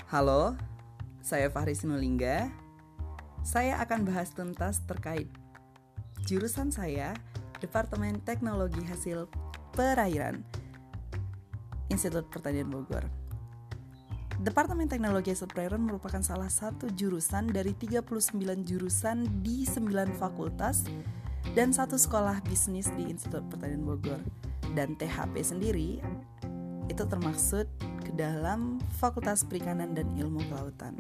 Halo, saya Fahri Sinulinga. Saya akan bahas tuntas terkait jurusan saya, Departemen Teknologi Hasil Perairan, Institut Pertanian Bogor. Departemen Teknologi Hasil Perairan merupakan salah satu jurusan dari 39 jurusan di 9 fakultas dan satu sekolah bisnis di Institut Pertanian Bogor. Dan THP sendiri itu termaksud ke dalam Fakultas Perikanan dan Ilmu Kelautan.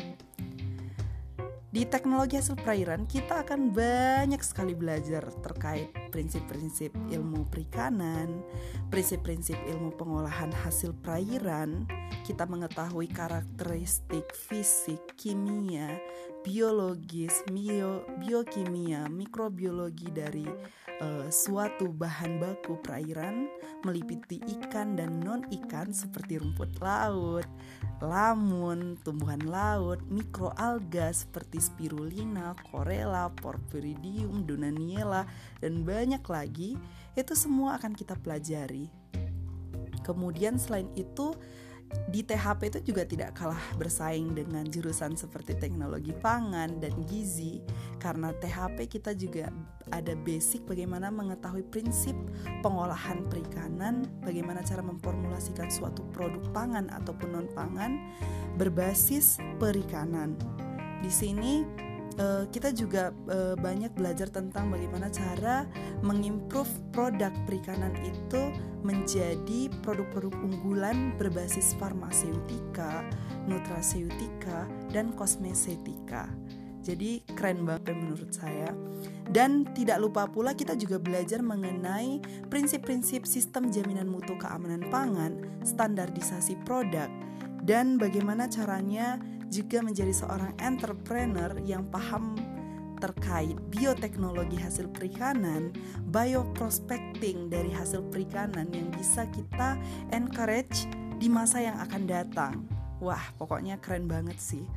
Di teknologi hasil perairan, kita akan banyak sekali belajar terkait prinsip-prinsip ilmu perikanan, prinsip-prinsip ilmu pengolahan hasil perairan. Kita mengetahui karakteristik fisik, kimia, biologis, biokimia, mikrobiologi dari suatu bahan baku perairan, meliputi ikan dan non-ikan seperti rumput laut, lamun, tumbuhan laut, mikroalga seperti spirulina, chlorella, porphyridium, donaniella, dan banyak lagi. Itu semua akan kita pelajari. Kemudian selain itu, di THP itu juga tidak kalah bersaing dengan jurusan seperti teknologi pangan dan gizi, karena THP kita juga ada basic bagaimana mengetahui prinsip pengolahan perikanan, bagaimana cara memformulasikan suatu produk pangan ataupun non pangan berbasis perikanan. Di sini kita juga banyak belajar tentang bagaimana cara mengimprove produk perikanan itu menjadi produk-produk unggulan berbasis farmaseutika, nutraseutika, dan kosmesetika. Jadi keren banget menurut saya. Dan tidak lupa pula kita juga belajar mengenai prinsip-prinsip sistem jaminan mutu keamanan pangan, standarisasi produk, dan bagaimana caranya juga menjadi seorang entrepreneur yang paham terkait bioteknologi hasil perikanan, bioprospecting dari hasil perikanan yang bisa kita encourage di masa yang akan datang. Wah, pokoknya keren banget sih.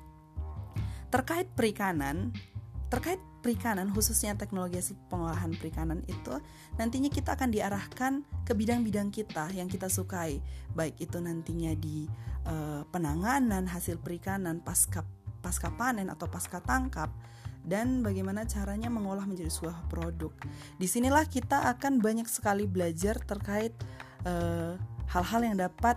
Terkait perikanan khususnya teknologi hasil pengolahan perikanan itu nantinya kita akan diarahkan ke bidang-bidang kita yang kita sukai, baik itu nantinya di penanganan hasil perikanan pasca panen atau pasca tangkap, dan bagaimana caranya mengolah menjadi sebuah produk. Disinilah kita akan banyak sekali belajar terkait hal-hal yang dapat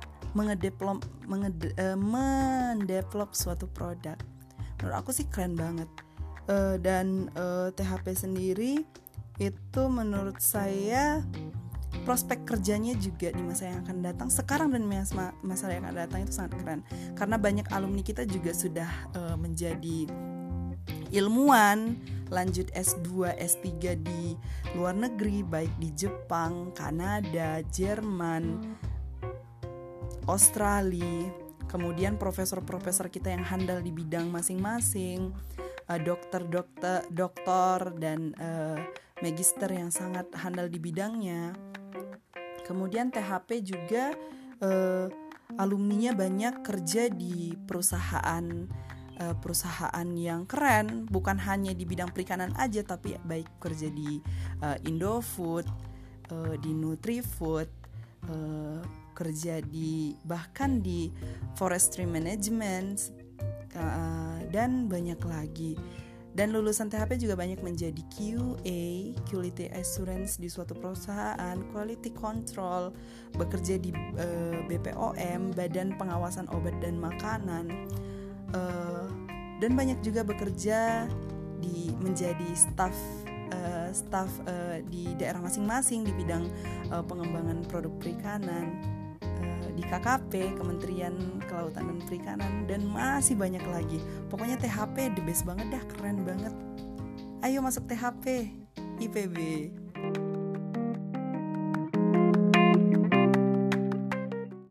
mendevelop suatu produk. Menurut aku sih keren banget. Dan THP sendiri itu menurut saya prospek kerjanya juga di masa yang akan datang, sekarang dan masa yang akan datang itu sangat keren. Karena banyak alumni kita juga sudah menjadi ilmuwan, lanjut S2, S3 di luar negeri, baik di Jepang, Kanada, Jerman, Australia. Kemudian profesor-profesor kita yang handal di bidang masing-masing, dokter dan magister yang sangat handal di bidangnya. Kemudian THP juga alumninya banyak kerja di perusahaan yang keren, bukan hanya di bidang perikanan aja, tapi baik kerja di Indofood, di Nutrifood, kerja bahkan di forestry management, dan banyak lagi. Dan lulusan THP juga banyak menjadi QA, Quality Assurance di suatu perusahaan, Quality Control, bekerja di BPOM, Badan Pengawasan Obat dan Makanan, dan banyak juga bekerja menjadi staff di daerah masing-masing di bidang pengembangan produk perikanan, di KKP, Kementerian Kelautan dan Perikanan, dan masih banyak lagi. Pokoknya THP the best banget dah, keren banget. Ayo masuk THP IPB.